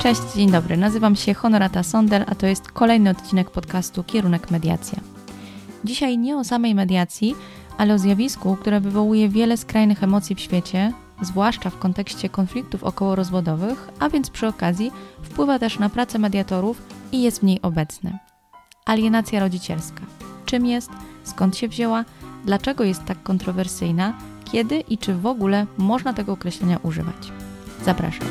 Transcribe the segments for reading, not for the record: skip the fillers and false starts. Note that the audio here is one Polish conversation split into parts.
Cześć, dzień dobry. Nazywam się Honorata Sondel, a to jest kolejny odcinek podcastu Kierunek Mediacja. Dzisiaj nie o samej mediacji, ale o zjawisku, które wywołuje wiele skrajnych emocji w świecie, zwłaszcza w kontekście konfliktów okołorozwodowych, a więc przy okazji wpływa też na pracę mediatorów i jest w niej obecny. Alienacja rodzicielska. Czym jest? Skąd się wzięła? Dlaczego jest tak kontrowersyjna? Kiedy i czy w ogóle można tego określenia używać? Zapraszam.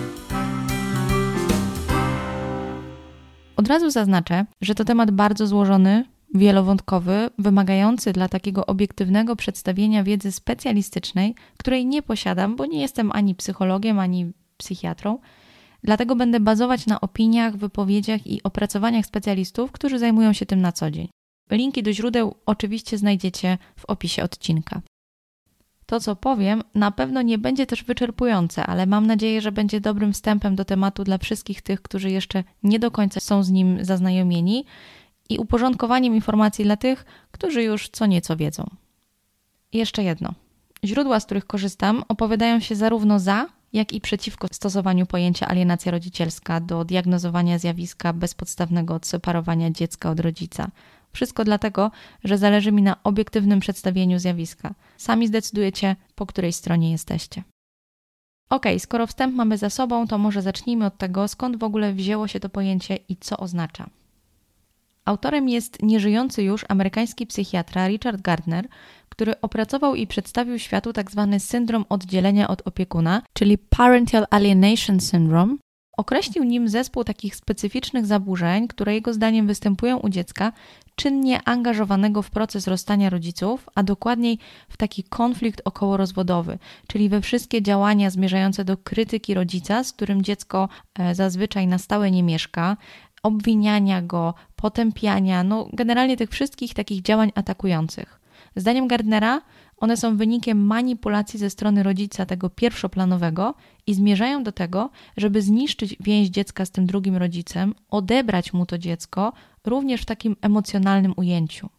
Od razu zaznaczę, że to temat bardzo złożony, wielowątkowy, wymagający dla takiego obiektywnego przedstawienia wiedzy specjalistycznej, której nie posiadam, bo nie jestem ani psychologiem, ani psychiatrą. Dlatego będę bazować na opiniach, wypowiedziach i opracowaniach specjalistów, którzy zajmują się tym na co dzień. Linki do źródeł oczywiście znajdziecie w opisie odcinka. To, co powiem, na pewno nie będzie też wyczerpujące, ale mam nadzieję, że będzie dobrym wstępem do tematu dla wszystkich tych, którzy jeszcze nie do końca są z nim zaznajomieni i uporządkowaniem informacji dla tych, którzy już co nieco wiedzą. I jeszcze jedno. Źródła, z których korzystam, opowiadają się zarówno za, jak i przeciwko stosowaniu pojęcia alienacja rodzicielska do diagnozowania zjawiska bezpodstawnego odseparowania dziecka od rodzica. Wszystko dlatego, że zależy mi na obiektywnym przedstawieniu zjawiska. Sami zdecydujecie, po której stronie jesteście. Skoro wstęp mamy za sobą, to może zacznijmy od tego, skąd w ogóle wzięło się to pojęcie i co oznacza. Autorem jest nieżyjący już amerykański psychiatra Richard Gardner, który opracował i przedstawił światu tzw. syndrom oddzielenia od opiekuna, czyli Parental Alienation Syndrome. Określił nim zespół takich specyficznych zaburzeń, które jego zdaniem występują u dziecka czynnie angażowanego w proces rozstania rodziców, a dokładniej w taki konflikt okołorozwodowy, czyli we wszystkie działania zmierzające do krytyki rodzica, z którym dziecko zazwyczaj na stałe nie mieszka, obwiniania go, potępiania, generalnie tych wszystkich takich działań atakujących. Zdaniem Gardnera one są wynikiem manipulacji ze strony rodzica tego pierwszoplanowego i zmierzają do tego, żeby zniszczyć więź dziecka z tym drugim rodzicem, odebrać mu to dziecko, również w takim emocjonalnym ujęciu.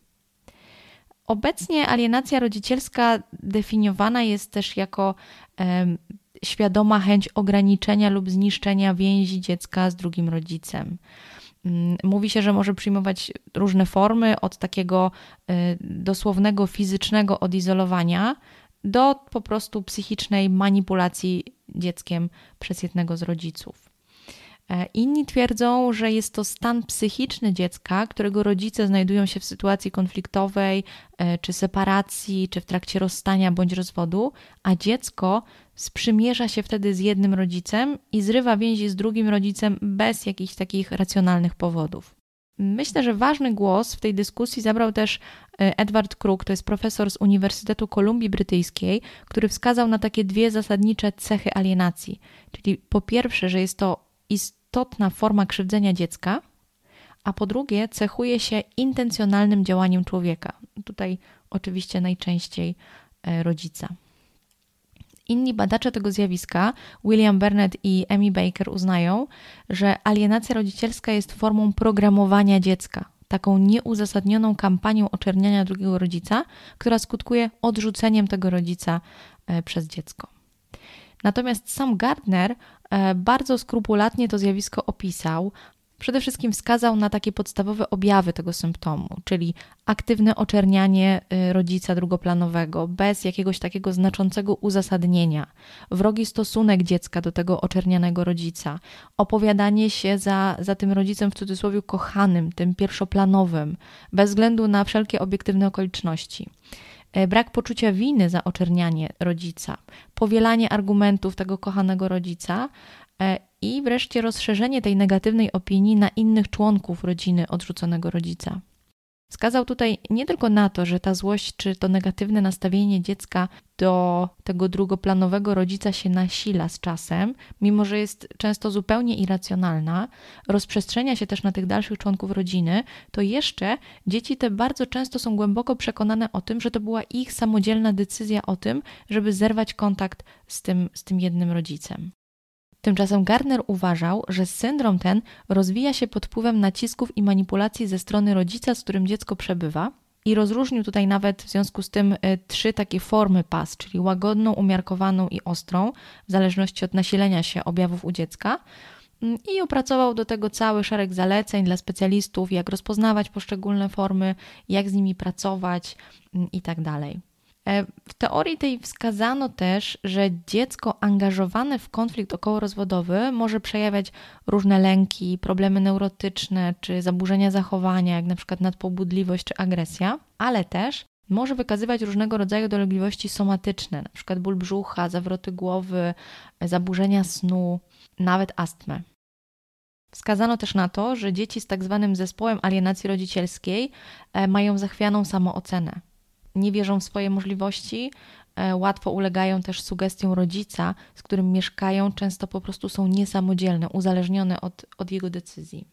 Obecnie alienacja rodzicielska definiowana jest też jako świadoma chęć ograniczenia lub zniszczenia więzi dziecka z drugim rodzicem. Mówi się, że może przyjmować różne formy, od takiego dosłownego fizycznego odizolowania do po prostu psychicznej manipulacji dzieckiem przez jednego z rodziców. Inni twierdzą, że jest to stan psychiczny dziecka, którego rodzice znajdują się w sytuacji konfliktowej, czy separacji, czy w trakcie rozstania bądź rozwodu, a dziecko sprzymierza się wtedy z jednym rodzicem i zrywa więzi z drugim rodzicem bez jakichś takich racjonalnych powodów. Myślę, że ważny głos w tej dyskusji zabrał też Edward Crook, to jest profesor z Uniwersytetu Kolumbii Brytyjskiej, który wskazał na takie dwie zasadnicze cechy alienacji. Czyli po pierwsze, że jest to istotna forma krzywdzenia dziecka, a po drugie cechuje się intencjonalnym działaniem człowieka. Tutaj oczywiście najczęściej rodzica. Inni badacze tego zjawiska, William Burnett i Amy Baker, uznają, że alienacja rodzicielska jest formą programowania dziecka, taką nieuzasadnioną kampanią oczerniania drugiego rodzica, która skutkuje odrzuceniem tego rodzica przez dziecko. Natomiast sam Gardner bardzo skrupulatnie to zjawisko opisał. Przede wszystkim wskazał na takie podstawowe objawy tego symptomu, czyli aktywne oczernianie rodzica drugoplanowego bez jakiegoś takiego znaczącego uzasadnienia, wrogi stosunek dziecka do tego oczernianego rodzica, opowiadanie się za tym rodzicem w cudzysłowie kochanym, tym pierwszoplanowym, bez względu na wszelkie obiektywne okoliczności. Brak poczucia winy za oczernianie rodzica, powielanie argumentów tego kochanego rodzica i wreszcie rozszerzenie tej negatywnej opinii na innych członków rodziny odrzuconego rodzica. Wskazał tutaj nie tylko na to, że ta złość czy to negatywne nastawienie dziecka do tego drugoplanowego rodzica się nasila z czasem, mimo że jest często zupełnie irracjonalna, rozprzestrzenia się też na tych dalszych członków rodziny, to jeszcze dzieci te bardzo często są głęboko przekonane o tym, że to była ich samodzielna decyzja o tym, żeby zerwać kontakt z tym jednym rodzicem. Tymczasem Gardner uważał, że syndrom ten rozwija się pod wpływem nacisków i manipulacji ze strony rodzica, z którym dziecko przebywa, i rozróżnił tutaj nawet w związku z tym 3 takie formy PAS, czyli łagodną, umiarkowaną i ostrą, w zależności od nasilenia się objawów u dziecka. i opracował do tego cały szereg zaleceń dla specjalistów, jak rozpoznawać poszczególne formy, jak z nimi pracować i tak dalej. W teorii tej wskazano też, że dziecko angażowane w konflikt okołorozwodowy może przejawiać różne lęki, problemy neurotyczne czy zaburzenia zachowania, jak na przykład nadpobudliwość czy agresja, ale też może wykazywać różnego rodzaju dolegliwości somatyczne, na przykład ból brzucha, zawroty głowy, zaburzenia snu, nawet astmę. Wskazano też na to, że dzieci z tak zwanym zespołem alienacji rodzicielskiej mają zachwianą samoocenę. Nie wierzą w swoje możliwości, łatwo ulegają też sugestiom rodzica, z którym mieszkają, często po prostu są niesamodzielne, uzależnione od jego decyzji.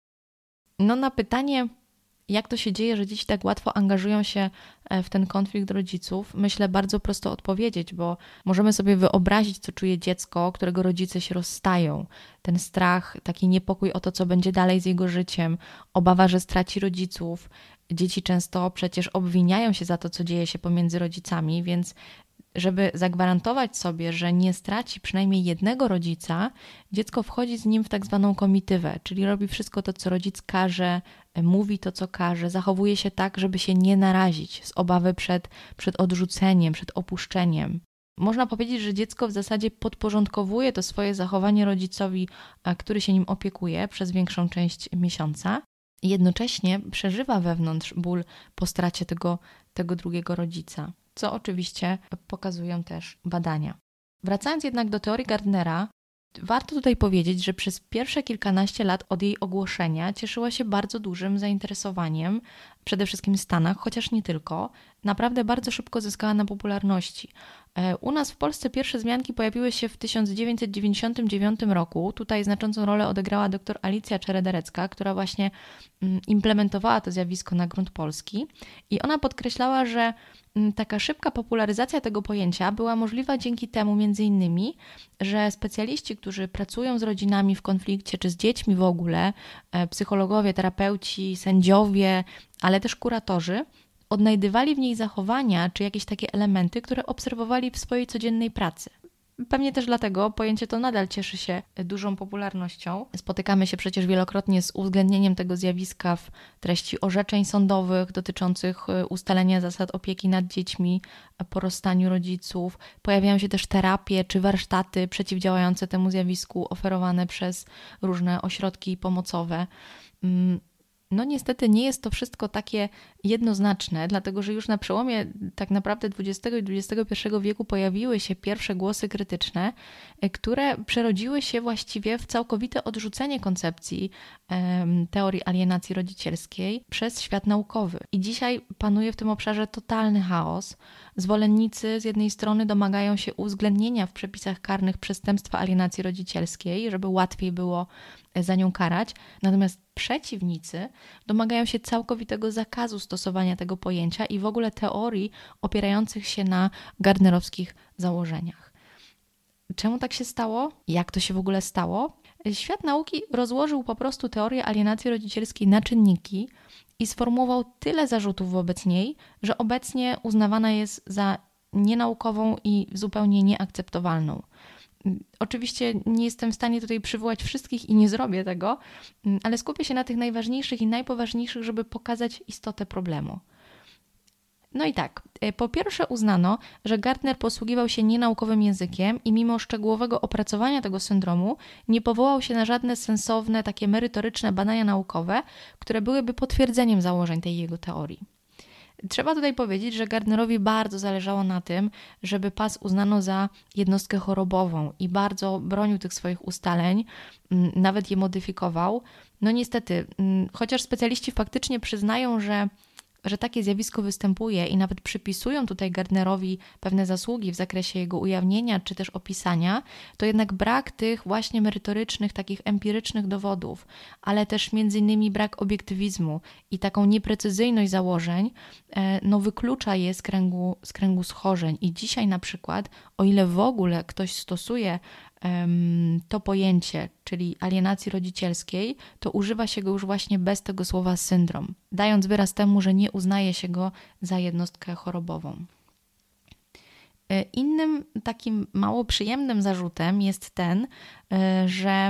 Na pytanie, jak to się dzieje, że dzieci tak łatwo angażują się w ten konflikt rodziców, myślę bardzo prosto odpowiedzieć, bo możemy sobie wyobrazić, co czuje dziecko, którego rodzice się rozstają. Ten strach, taki niepokój o to, co będzie dalej z jego życiem, obawa, że straci rodziców. Dzieci często przecież obwiniają się za to, co dzieje się pomiędzy rodzicami, więc żeby zagwarantować sobie, że nie straci przynajmniej jednego rodzica, dziecko wchodzi z nim w tak zwaną komitywę, czyli robi wszystko to, co rodzic każe, mówi to, co każe, zachowuje się tak, żeby się nie narazić z obawy przed odrzuceniem, przed opuszczeniem. Można powiedzieć, że dziecko w zasadzie podporządkowuje to swoje zachowanie rodzicowi, który się nim opiekuje przez większą część miesiąca. I jednocześnie przeżywa wewnątrz ból po stracie tego drugiego rodzica, co oczywiście pokazują też badania. Wracając jednak do teorii Gardnera, warto tutaj powiedzieć, że przez pierwsze kilkanaście lat od jej ogłoszenia cieszyła się bardzo dużym zainteresowaniem, przede wszystkim w Stanach, chociaż nie tylko. Naprawdę bardzo szybko zyskała na popularności. U nas w Polsce pierwsze wzmianki pojawiły się w 1999 roku. Tutaj znaczącą rolę odegrała dr Alicja Czerederecka, która właśnie implementowała to zjawisko na grunt polski. I ona podkreślała, że taka szybka popularyzacja tego pojęcia była możliwa dzięki temu między innymi, że specjaliści, którzy pracują z rodzinami w konflikcie, czy z dziećmi w ogóle, psychologowie, terapeuci, sędziowie, ale też kuratorzy, odnajdywali w niej zachowania czy jakieś takie elementy, które obserwowali w swojej codziennej pracy. Pewnie też dlatego pojęcie to nadal cieszy się dużą popularnością. Spotykamy się przecież wielokrotnie z uwzględnieniem tego zjawiska w treści orzeczeń sądowych dotyczących ustalenia zasad opieki nad dziećmi po rozstaniu rodziców. Pojawiają się też terapie czy warsztaty przeciwdziałające temu zjawisku oferowane przez różne ośrodki pomocowe. Niestety nie jest to wszystko takie jednoznaczne, dlatego że już na przełomie tak naprawdę XX i XXI wieku pojawiły się pierwsze głosy krytyczne, które przerodziły się właściwie w całkowite odrzucenie koncepcji teorii alienacji rodzicielskiej przez świat naukowy. I dzisiaj panuje w tym obszarze totalny chaos. Zwolennicy z jednej strony domagają się uwzględnienia w przepisach karnych przestępstwa alienacji rodzicielskiej, żeby łatwiej było za nią karać, natomiast przeciwnicy domagają się całkowitego zakazu stosowania tego pojęcia i w ogóle teorii opierających się na gardnerowskich założeniach. Czemu tak się stało? Jak to się w ogóle stało? Świat nauki rozłożył po prostu teorię alienacji rodzicielskiej na czynniki i sformułował tyle zarzutów wobec niej, że obecnie uznawana jest za nienaukową i zupełnie nieakceptowalną. Oczywiście nie jestem w stanie tutaj przywołać wszystkich i nie zrobię tego, ale skupię się na tych najważniejszych i najpoważniejszych, żeby pokazać istotę problemu. I tak, po pierwsze uznano, że Gardner posługiwał się nienaukowym językiem i mimo szczegółowego opracowania tego syndromu nie powołał się na żadne sensowne, takie merytoryczne badania naukowe, które byłyby potwierdzeniem założeń tej jego teorii. Trzeba tutaj powiedzieć, że Gardnerowi bardzo zależało na tym, żeby PAS uznano za jednostkę chorobową i bardzo bronił tych swoich ustaleń, nawet je modyfikował. Niestety, chociaż specjaliści faktycznie przyznają, że takie zjawisko występuje i nawet przypisują tutaj Gardnerowi pewne zasługi w zakresie jego ujawnienia czy też opisania, to jednak brak tych właśnie merytorycznych, takich empirycznych dowodów, ale też między innymi brak obiektywizmu i taką nieprecyzyjność założeń wyklucza je z kręgu schorzeń. I dzisiaj na przykład, o ile w ogóle ktoś stosuje to pojęcie, czyli alienacji rodzicielskiej, to używa się go już właśnie bez tego słowa syndrom, dając wyraz temu, że nie uznaje się go za jednostkę chorobową. Innym takim mało przyjemnym zarzutem jest ten, że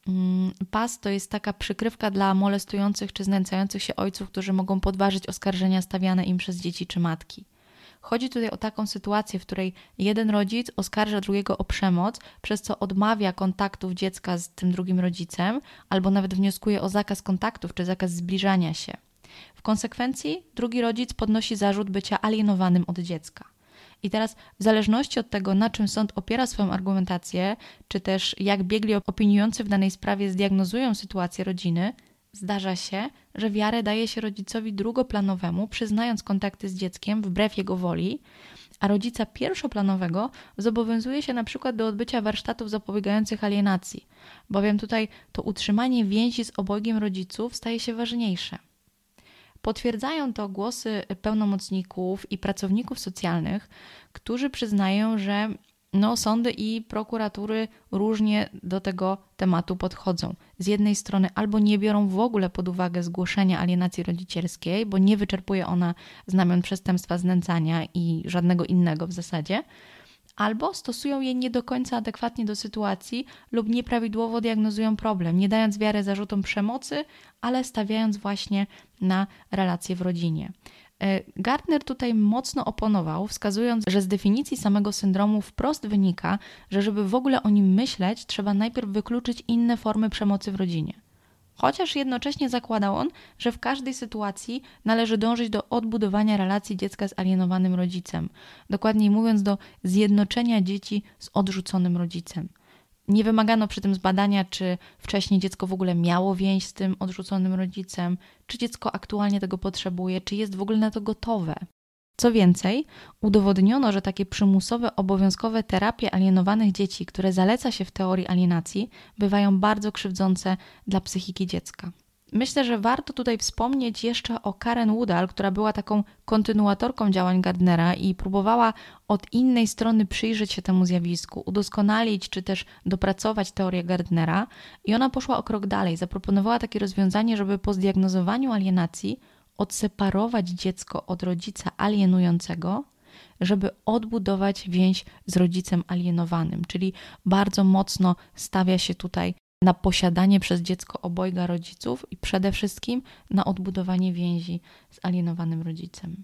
PAS to jest taka przykrywka dla molestujących czy znęcających się ojców, którzy mogą podważyć oskarżenia stawiane im przez dzieci czy matki. Chodzi tutaj o taką sytuację, w której jeden rodzic oskarża drugiego o przemoc, przez co odmawia kontaktów dziecka z tym drugim rodzicem, albo nawet wnioskuje o zakaz kontaktów czy zakaz zbliżania się. W konsekwencji drugi rodzic podnosi zarzut bycia alienowanym od dziecka. I teraz w zależności od tego, na czym sąd opiera swoją argumentację, czy też jak biegli opiniujący w danej sprawie zdiagnozują sytuację rodziny, zdarza się, że wiarę daje się rodzicowi drugoplanowemu, przyznając kontakty z dzieckiem wbrew jego woli, a rodzica pierwszoplanowego zobowiązuje się na przykład do odbycia warsztatów zapobiegających alienacji, bowiem tutaj to utrzymanie więzi z obojgiem rodziców staje się ważniejsze. Potwierdzają to głosy pełnomocników i pracowników socjalnych, którzy przyznają, że sądy i prokuratury różnie do tego tematu podchodzą. Z jednej strony albo nie biorą w ogóle pod uwagę zgłoszenia alienacji rodzicielskiej, bo nie wyczerpuje ona znamion przestępstwa znęcania i żadnego innego w zasadzie, albo stosują je nie do końca adekwatnie do sytuacji lub nieprawidłowo diagnozują problem, nie dając wiary zarzutom przemocy, ale stawiając właśnie na relacje w rodzinie. Gardner tutaj mocno oponował, wskazując, że z definicji samego syndromu wprost wynika, że żeby w ogóle o nim myśleć, trzeba najpierw wykluczyć inne formy przemocy w rodzinie. Chociaż jednocześnie zakładał on, że w każdej sytuacji należy dążyć do odbudowania relacji dziecka z alienowanym rodzicem, dokładniej mówiąc do zjednoczenia dzieci z odrzuconym rodzicem. Nie wymagano przy tym zbadania, czy wcześniej dziecko w ogóle miało więź z tym odrzuconym rodzicem, czy dziecko aktualnie tego potrzebuje, czy jest w ogóle na to gotowe. Co więcej, udowodniono, że takie przymusowe, obowiązkowe terapie alienowanych dzieci, które zaleca się w teorii alienacji, bywają bardzo krzywdzące dla psychiki dziecka. Myślę, że warto tutaj wspomnieć jeszcze o Karen Woodall, która była taką kontynuatorką działań Gardnera i próbowała od innej strony przyjrzeć się temu zjawisku, udoskonalić czy też dopracować teorię Gardnera i ona poszła o krok dalej, zaproponowała takie rozwiązanie, żeby po zdiagnozowaniu alienacji odseparować dziecko od rodzica alienującego, żeby odbudować więź z rodzicem alienowanym, czyli bardzo mocno stawia się tutaj na posiadanie przez dziecko obojga rodziców i przede wszystkim na odbudowanie więzi z alienowanym rodzicem.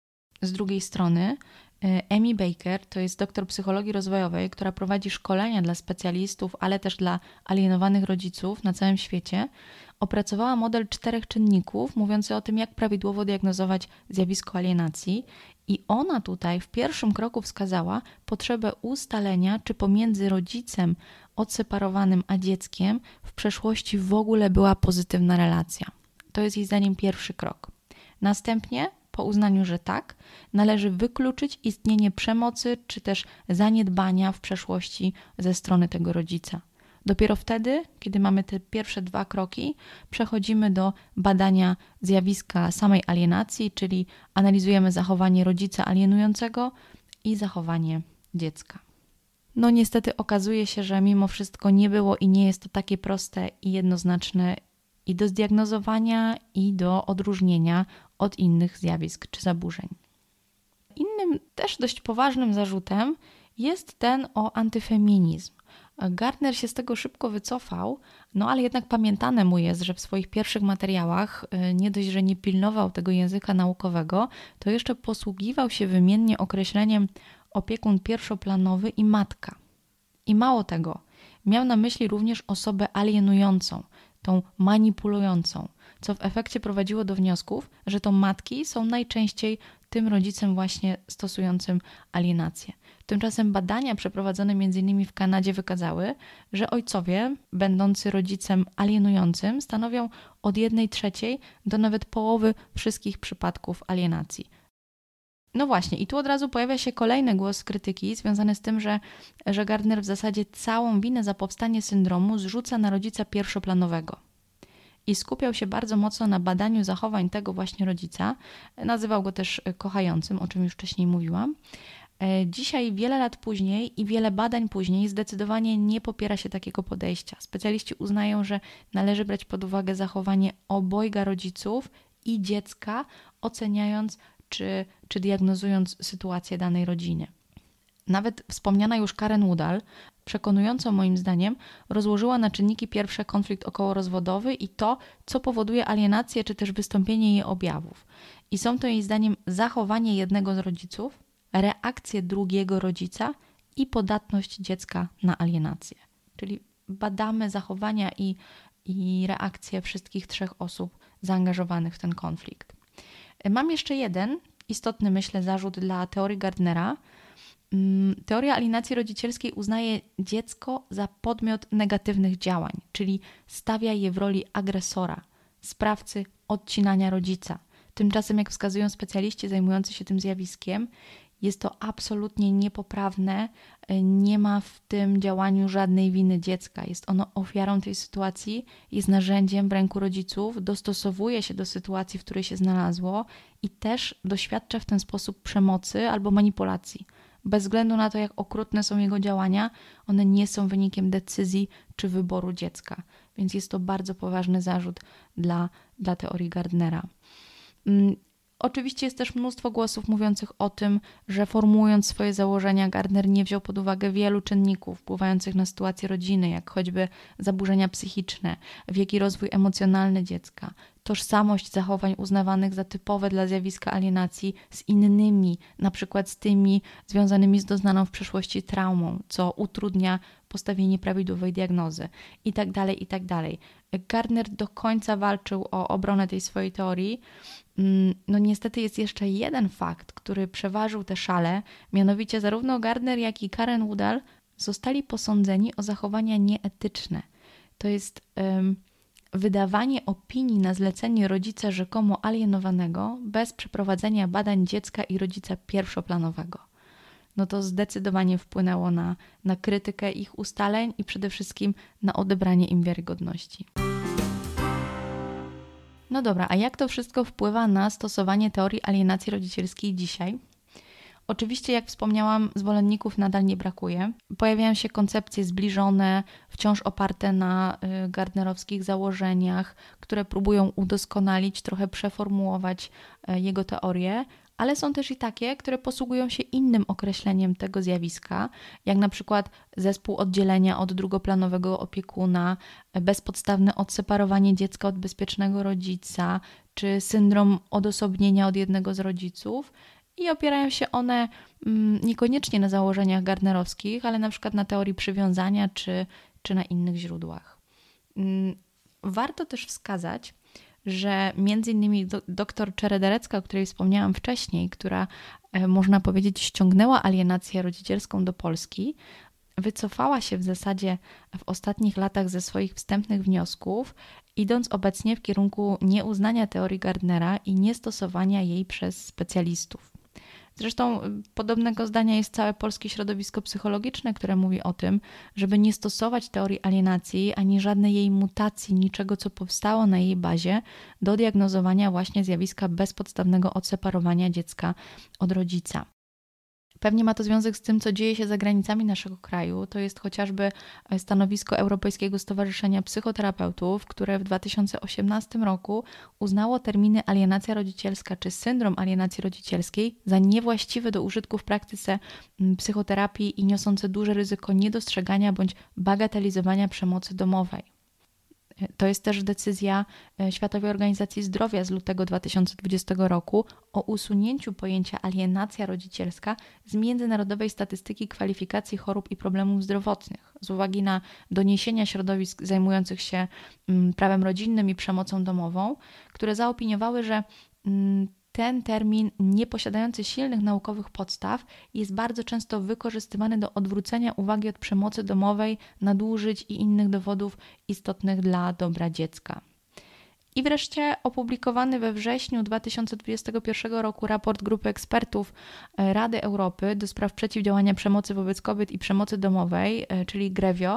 Z drugiej strony Amy Baker to jest doktor psychologii rozwojowej, która prowadzi szkolenia dla specjalistów, ale też dla alienowanych rodziców na całym świecie. Opracowała model 4 czynników mówiący o tym, jak prawidłowo diagnozować zjawisko alienacji i ona tutaj w pierwszym kroku wskazała potrzebę ustalenia, czy pomiędzy rodzicem odseparowanym a dzieckiem w przeszłości w ogóle była pozytywna relacja. To jest jej zdaniem pierwszy krok. Następnie, po uznaniu, że tak, należy wykluczyć istnienie przemocy czy też zaniedbania w przeszłości ze strony tego rodzica. Dopiero wtedy, kiedy mamy te pierwsze dwa kroki, przechodzimy do badania zjawiska samej alienacji, czyli analizujemy zachowanie rodzica alienującego i zachowanie dziecka. Niestety okazuje się, że mimo wszystko nie było i nie jest to takie proste i jednoznaczne i do zdiagnozowania, i do odróżnienia od innych zjawisk czy zaburzeń. Innym też dość poważnym zarzutem jest ten o antyfeminizm. Gardner się z tego szybko wycofał, ale jednak pamiętane mu jest, że w swoich pierwszych materiałach nie dość, że nie pilnował tego języka naukowego, to jeszcze posługiwał się wymiennie określeniem opiekun pierwszoplanowy i matka. I mało tego, miał na myśli również osobę alienującą, tą manipulującą, co w efekcie prowadziło do wniosków, że to matki są najczęściej tym rodzicem właśnie stosującym alienację. Tymczasem badania przeprowadzone m.in. w Kanadzie wykazały, że ojcowie, będący rodzicem alienującym, stanowią od 1/3 do nawet połowy wszystkich przypadków alienacji. Właśnie, i tu od razu pojawia się kolejny głos krytyki związany z tym, że Gardner w zasadzie całą winę za powstanie syndromu zrzuca na rodzica pierwszoplanowego. I skupiał się bardzo mocno na badaniu zachowań tego właśnie rodzica. Nazywał go też kochającym, o czym już wcześniej mówiłam. Dzisiaj, wiele lat później i wiele badań później zdecydowanie nie popiera się takiego podejścia. Specjaliści uznają, że należy brać pod uwagę zachowanie obojga rodziców i dziecka, oceniając czy diagnozując sytuację danej rodziny. Nawet wspomniana już Karen Woodall przekonująco moim zdaniem rozłożyła na czynniki pierwsze konflikt okołorozwodowy i to, co powoduje alienację czy też wystąpienie jej objawów. I są to jej zdaniem zachowanie jednego z rodziców, reakcje drugiego rodzica i podatność dziecka na alienację. Czyli badamy zachowania i reakcje wszystkich 3 osób zaangażowanych w ten konflikt. Mam jeszcze jeden istotny, myślę, zarzut dla teorii Gardnera. Teoria alienacji rodzicielskiej uznaje dziecko za podmiot negatywnych działań, czyli stawia je w roli agresora, sprawcy odcinania rodzica. Tymczasem, jak wskazują specjaliści zajmujący się tym zjawiskiem, jest to absolutnie niepoprawne, nie ma w tym działaniu żadnej winy dziecka. Jest ono ofiarą tej sytuacji, jest narzędziem w ręku rodziców, dostosowuje się do sytuacji, w której się znalazło i też doświadcza w ten sposób przemocy albo manipulacji. Bez względu na to, jak okrutne są jego działania, one nie są wynikiem decyzji czy wyboru dziecka. Więc jest to bardzo poważny zarzut dla teorii Gardnera. Oczywiście jest też mnóstwo głosów mówiących o tym, że formułując swoje założenia, Gardner nie wziął pod uwagę wielu czynników wpływających na sytuację rodziny, jak choćby zaburzenia psychiczne, wiek i rozwój emocjonalny dziecka, tożsamość zachowań uznawanych za typowe dla zjawiska alienacji z innymi, na przykład z tymi związanymi z doznaną w przeszłości traumą, co utrudnia postawienie prawidłowej diagnozy itd., itd. Gardner do końca walczył o obronę tej swojej teorii. No niestety jest jeszcze jeden fakt, który przeważył tę szalę, mianowicie zarówno Gardner, jak i Karen Woodall zostali posądzeni o zachowania nieetyczne. To jest wydawanie opinii na zlecenie rodzica rzekomo alienowanego bez przeprowadzenia badań dziecka i rodzica pierwszoplanowego. No to zdecydowanie wpłynęło na krytykę ich ustaleń i przede wszystkim na odebranie im wiarygodności. No dobra, a jak to wszystko wpływa na stosowanie teorii alienacji rodzicielskiej dzisiaj? Oczywiście, jak wspomniałam, zwolenników nadal nie brakuje. Pojawiają się koncepcje zbliżone, wciąż oparte na gardnerowskich założeniach, które próbują udoskonalić, trochę przeformułować jego teorię, ale są też i takie, które posługują się innym określeniem tego zjawiska, jak na przykład zespół oddzielenia od drugoplanowego opiekuna, bezpodstawne odseparowanie dziecka od bezpiecznego rodzica, czy syndrom odosobnienia od jednego z rodziców. I opierają się one niekoniecznie na założeniach gardnerowskich, ale na przykład na teorii przywiązania czy na innych źródłach. Warto też wskazać, że między innymi dr Czerederecka, o której wspomniałam wcześniej, która można powiedzieć ściągnęła alienację rodzicielską do Polski, wycofała się w zasadzie w ostatnich latach ze swoich wstępnych wniosków, idąc obecnie w kierunku nieuznania teorii Gardnera i niestosowania jej przez specjalistów. Zresztą podobnego zdania jest całe polskie środowisko psychologiczne, które mówi o tym, żeby nie stosować teorii alienacji ani żadnej jej mutacji, niczego co powstało na jej bazie do diagnozowania właśnie zjawiska bezpodstawnego odseparowania dziecka od rodzica. Pewnie ma to związek z tym, co dzieje się za granicami naszego kraju. To jest chociażby stanowisko Europejskiego Stowarzyszenia Psychoterapeutów, które w 2018 roku uznało terminy alienacja rodzicielska czy syndrom alienacji rodzicielskiej za niewłaściwe do użytku w praktyce psychoterapii i niosące duże ryzyko niedostrzegania bądź bagatelizowania przemocy domowej. To jest też decyzja Światowej Organizacji Zdrowia z lutego 2020 roku o usunięciu pojęcia alienacja rodzicielska z międzynarodowej statystyki kwalifikacji chorób i problemów zdrowotnych z uwagi na doniesienia środowisk zajmujących się prawem rodzinnym i przemocą domową, które zaopiniowały, że ten termin, nieposiadający silnych naukowych podstaw, jest bardzo często wykorzystywany do odwrócenia uwagi od przemocy domowej, nadużyć i innych dowodów istotnych dla dobra dziecka. I wreszcie opublikowany we wrześniu 2021 roku raport grupy ekspertów Rady Europy do spraw przeciwdziałania przemocy wobec kobiet i przemocy domowej, czyli GREVIO.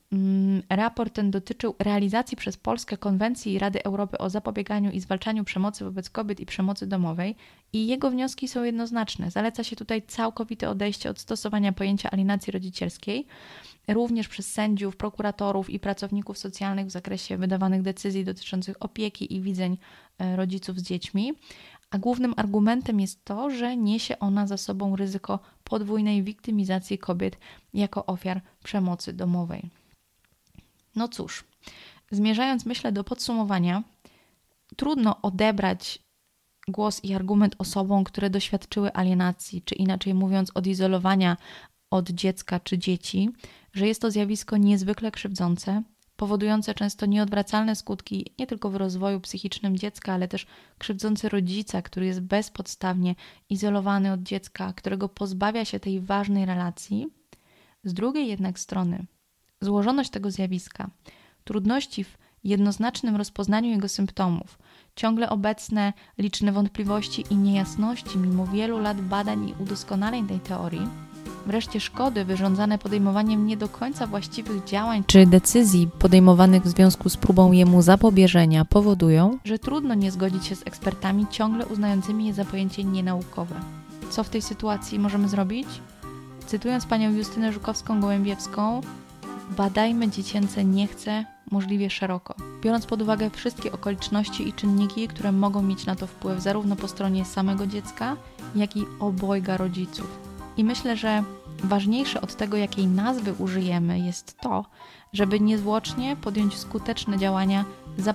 Raport ten dotyczył realizacji przez Polskę Konwencji Rady Europy o zapobieganiu i zwalczaniu przemocy wobec kobiet i przemocy domowej i jego wnioski są jednoznaczne. Zaleca się tutaj całkowite odejście od stosowania pojęcia alienacji rodzicielskiej, również przez sędziów, prokuratorów i pracowników socjalnych w zakresie wydawanych decyzji dotyczących opieki i widzeń rodziców z dziećmi, A głównym argumentem jest to, że niesie ona za sobą ryzyko podwójnej wiktymizacji kobiet jako ofiar przemocy domowej. No cóż, zmierzając, myślę, do podsumowania, trudno odebrać głos i argument osobom, które doświadczyły alienacji, czy inaczej mówiąc odizolowania od dziecka czy dzieci, że jest to zjawisko niezwykle krzywdzące, powodujące często nieodwracalne skutki nie tylko w rozwoju psychicznym dziecka, ale też krzywdzące rodzica, który jest bezpodstawnie izolowany od dziecka, którego pozbawia się tej ważnej relacji. Z drugiej jednak strony złożoność tego zjawiska, trudności w jednoznacznym rozpoznaniu jego symptomów, ciągle obecne liczne wątpliwości i niejasności mimo wielu lat badań i udoskonaleń tej teorii, wreszcie szkody wyrządzane podejmowaniem nie do końca właściwych działań czy decyzji podejmowanych w związku z próbą jemu zapobieżenia powodują, że trudno nie zgodzić się z ekspertami ciągle uznającymi je za pojęcie nienaukowe. Co w tej sytuacji możemy zrobić? Cytując panią Justynę Żukowską-Gołębiewską, badajmy dziecięce nie chcę możliwie szeroko, biorąc pod uwagę wszystkie okoliczności i czynniki, które mogą mieć na to wpływ zarówno po stronie samego dziecka, jak i obojga rodziców. I myślę, że ważniejsze od tego, jakiej nazwy użyjemy, jest to, żeby niezwłocznie podjąć skuteczne działania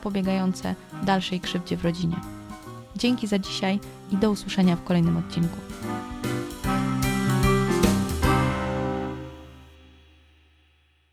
zapobiegające dalszej krzywdzie w rodzinie. Dzięki za dzisiaj i do usłyszenia w kolejnym odcinku.